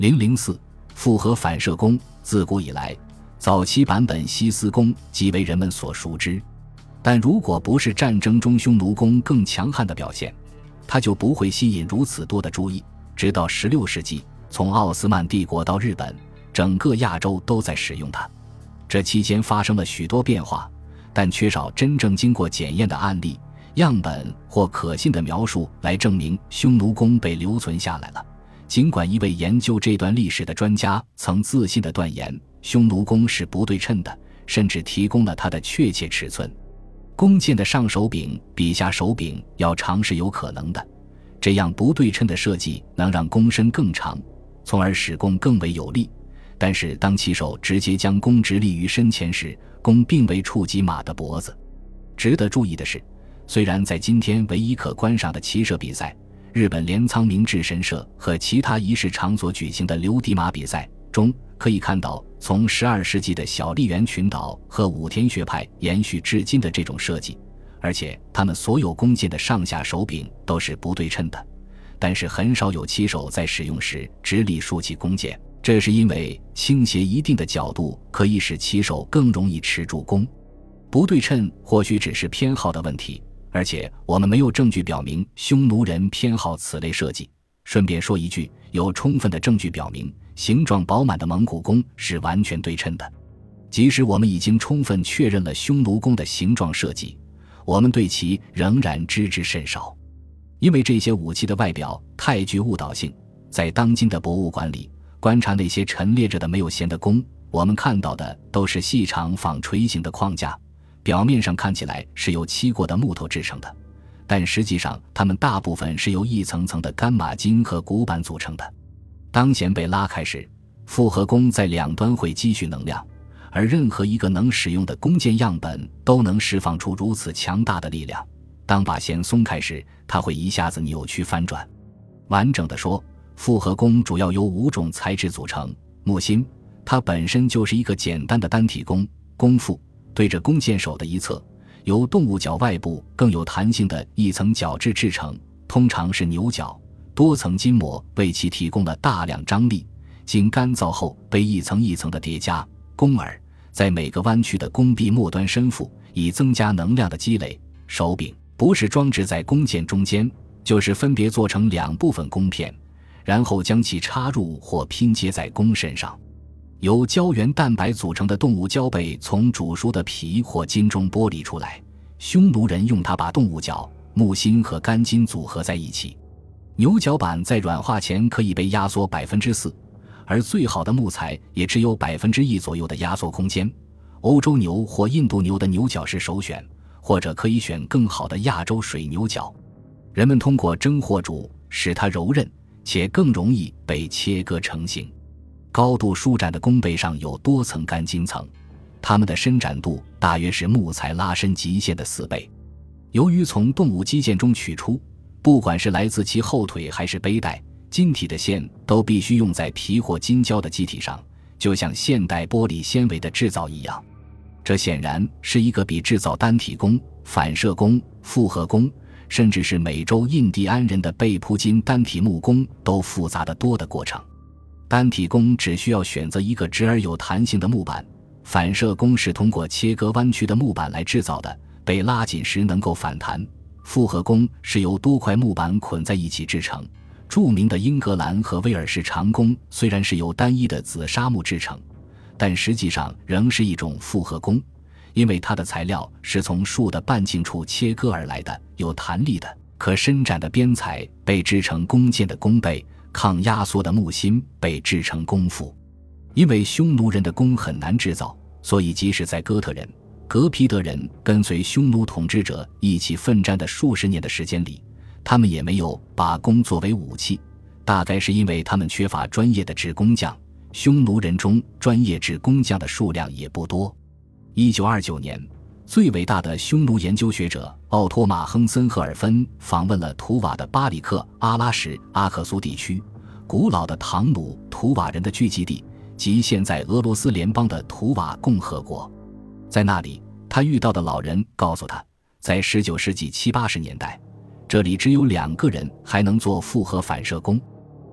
004复合反射弓。自古以来，早期版本西斯弓即为人们所熟知，但如果不是战争中匈奴弓更强悍的表现，它就不会吸引如此多的注意。直到16世纪，从奥斯曼帝国到日本，整个亚洲都在使用它。这期间发生了许多变化，但缺少真正经过检验的案例、样本或可信的描述来证明匈奴弓被留存下来了。尽管一位研究这段历史的专家曾自信地断言匈奴弓是不对称的，甚至提供了它的确切尺寸。弓箭的上手柄比下手柄要长是有可能的，这样不对称的设计能让弓身更长，从而使弓更为有力。但是当骑手直接将弓直立于身前时，弓并未触及马的脖子。值得注意的是，虽然在今天唯一可观赏的骑射比赛日本镰仓明治神社和其他仪式场所举行的溜地马比赛中，可以看到从12世纪的小笠原群岛和武田学派延续至今的这种设计，而且他们所有弓箭的上下手柄都是不对称的，但是很少有骑手在使用时直立竖起弓箭，这是因为倾斜一定的角度可以使骑手更容易持住弓。不对称或许只是偏好的问题，而且我们没有证据表明匈奴人偏好此类设计。顺便说一句，有充分的证据表明形状饱满的蒙古弓是完全对称的。即使我们已经充分确认了匈奴弓的形状设计，我们对其仍然知之甚少，因为这些武器的外表太具误导性。在当今的博物馆里，观察那些陈列着的没有弦的弓，我们看到的都是细长纺锤形的框架，表面上看起来是由漆过的木头制成的，但实际上它们大部分是由一层层的干马筋和骨板组成的。当弦被拉开时，复合弓在两端会积蓄能量，而任何一个能使用的弓箭样本都能释放出如此强大的力量。当把弦松开时，它会一下子扭曲翻转。完整的说，复合弓主要由5种材质组成。木心，它本身就是一个简单的单体弓，弓腹对着弓箭手的一侧，由动物角外部更有弹性的一层角质制成，通常是牛角，多层筋膜为其提供了大量张力，经干燥后被一层一层的叠加。弓耳在每个弯曲的弓臂末端伸腹，以增加能量的积累。手柄不是装置在弓箭中间，就是分别做成2部分弓片，然后将其插入或拼接在弓身上。由胶原蛋白组成的动物胶被从煮熟的皮或筋中剥离出来，匈奴人用它把动物角、木心和干筋组合在一起。牛角板在软化前可以被压缩 4%， 而最好的木材也只有 1% 左右的压缩空间。欧洲牛或印度牛的牛角是首选，或者可以选更好的亚洲水牛角。人们通过蒸或煮使它柔韧，且更容易被切割成型。高度舒展的弓背上有多层干筋层，它们的伸展度大约是木材拉伸极限的4倍。由于从动物肌腱中取出，不管是来自其后腿还是背带，筋体的线都必须用在皮或筋胶的基体上，就像现代玻璃纤维的制造一样。这显然是一个比制造单体弓、反射弓、复合弓，甚至是美洲印第安人的背铺筋单体木弓都复杂得多的过程。单体弓只需要选择一个直而有弹性的木板，反射弓是通过切割弯曲的木板来制造的，被拉紧时能够反弹。复合弓是由多块木板捆在一起制成。著名的英格兰和威尔士长弓虽然是由单一的紫砂木制成，但实际上仍是一种复合弓，因为它的材料是从树的半径处切割而来的，有弹力的可伸展的边材被制成弓箭的弓背，抗压缩的木心被制成弓腹。因为匈奴人的弓很难制造，所以即使在哥特人、格皮德人跟随匈奴统治者一起奋战的数十年的时间里，他们也没有把弓作为武器，大概是因为他们缺乏专业的制弓匠，匈奴人中专业制弓匠的数量也不多。1929年，最伟大的匈奴研究学者奥托马·亨森赫尔芬访问了图瓦的巴里克阿拉什阿克苏地区，古老的唐努图瓦人的聚集地，即现在俄罗斯联邦的图瓦共和国。在那里，他遇到的老人告诉他，在19世纪70、80年代，这里只有2个人还能做复合反射弓。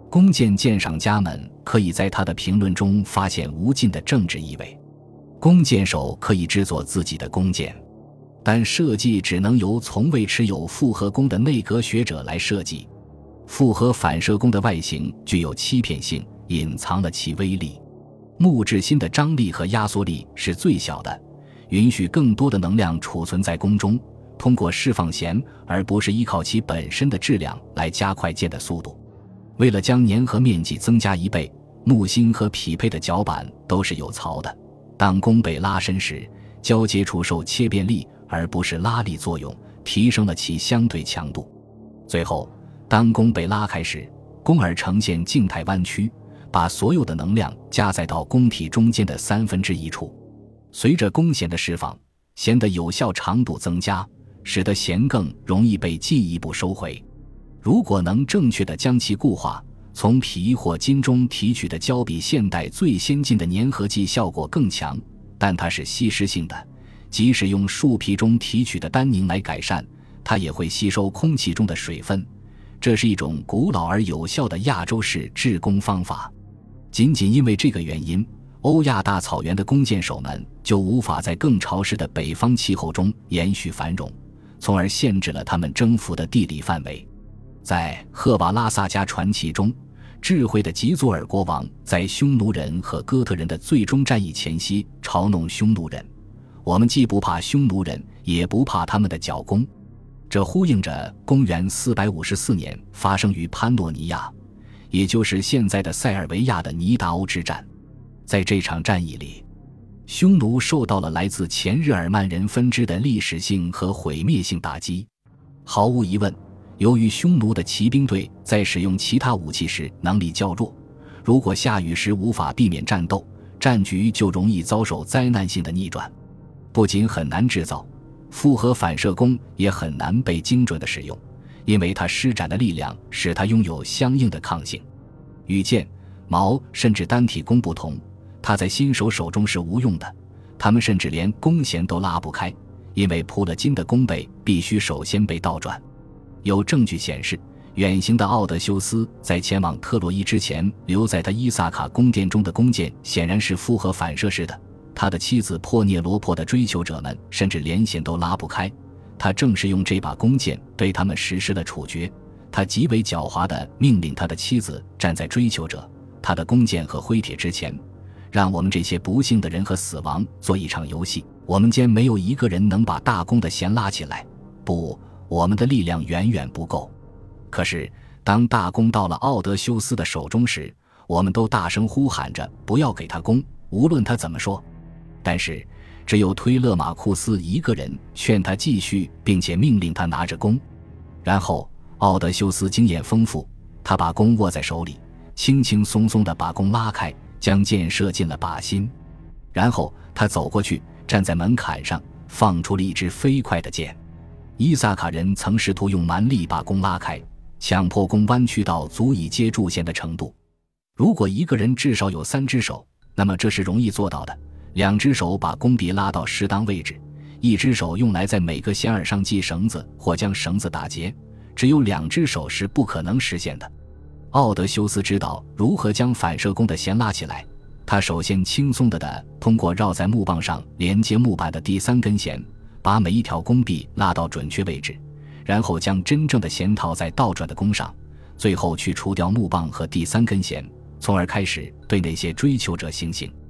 弓箭鉴赏家们可以在他的评论中发现无尽的政治意味。弓箭手可以制作自己的弓箭，但设计只能由从未持有复合弓的内阁学者来设计。复合反射弓的外形具有欺骗性，隐藏了其威力。木质芯的张力和压缩力是最小的，允许更多的能量储存在弓中，通过释放弦而不是依靠其本身的质量来加快箭的速度。为了将粘合面积增加1倍，木芯和匹配的脚板都是有槽的。当弓被拉伸时，交接处受切变力而不是拉力作用，提升了其相对强度。最后，当弓被拉开时，弓耳呈现静态弯曲，把所有的能量加载到弓体中间的1/3处。随着弓弦的释放，弦的有效长度增加，使得弦更容易被进一步收回。如果能正确地将其固化，从皮或金中提取的胶比现代最先进的粘合剂效果更强，但它是吸湿性的，即使用树皮中提取的单宁来改善，它也会吸收空气中的水分。这是一种古老而有效的亚洲式制弓方法。仅仅因为这个原因，欧亚大草原的弓箭手们就无法在更潮湿的北方气候中延续繁荣，从而限制了他们征服的地理范围。在赫瓦拉萨加传奇中，智慧的吉佐尔国王在匈奴人和哥特人的最终战役前夕嘲弄匈奴人：我们既不怕匈奴人，也不怕他们的角弓。这呼应着公元454年发生于潘诺尼亚，也就是现在的塞尔维亚的尼达欧之战。在这场战役里，匈奴受到了来自前日耳曼人分支的历史性和毁灭性打击。毫无疑问，由于匈奴的骑兵队在使用其他武器时能力较弱，如果下雨时无法避免战斗，战局就容易遭受灾难性的逆转。不仅很难制造，复合反射弓也很难被精准地使用，因为它施展的力量使它拥有相应的抗性。与箭、矛甚至单体弓不同，它在新手手中是无用的，他们甚至连弓弦都拉不开，因为铺了筋的弓背必须首先被倒转。有证据显示，远行的奥德修斯在前往特洛伊之前留在他伊萨卡宫殿中的弓箭显然是复合反射式的。他的妻子珀涅罗珀的追求者们甚至连弦都拉不开，他正是用这把弓箭对他们实施了处决。他极为狡猾地命令他的妻子站在追求者他的弓箭和挥铁之前，让我们这些不幸的人和死亡做一场游戏，我们间没有一个人能把大弓的弦拉起来，不，我们的力量远远不够。可是当大弓到了奥德修斯的手中时，我们都大声呼喊着不要给他弓，无论他怎么说。但是只有推勒马库斯一个人劝他继续，并且命令他拿着弓。然后奥德修斯经验丰富，他把弓握在手里，轻轻松松地把弓拉开，将箭射进了靶心。然后他走过去，站在门槛上，放出了一支飞快的箭。伊萨卡人曾试图用蛮力把弓拉开，强迫弓弯曲到足以接住弦的程度。如果一个人至少有3只手，那么这是容易做到的。2只手把弓臂拉到适当位置，1只手用来在每个弦耳上系绳子或将绳子打结，只有2只手是不可能实现的。奥德修斯知道如何将反射弓的弦拉起来，他首先轻松地通过绕在木棒上连接木板的第3根弦，把每一条弓臂拉到准确位置，然后将真正的弦套在倒转的弓上，最后去除掉木棒和第3根弦，从而开始对那些追求者行刑。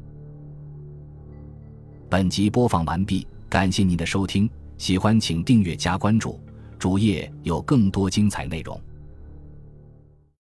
本集播放完毕，感谢您的收听，喜欢请订阅加关注，主页有更多精彩内容。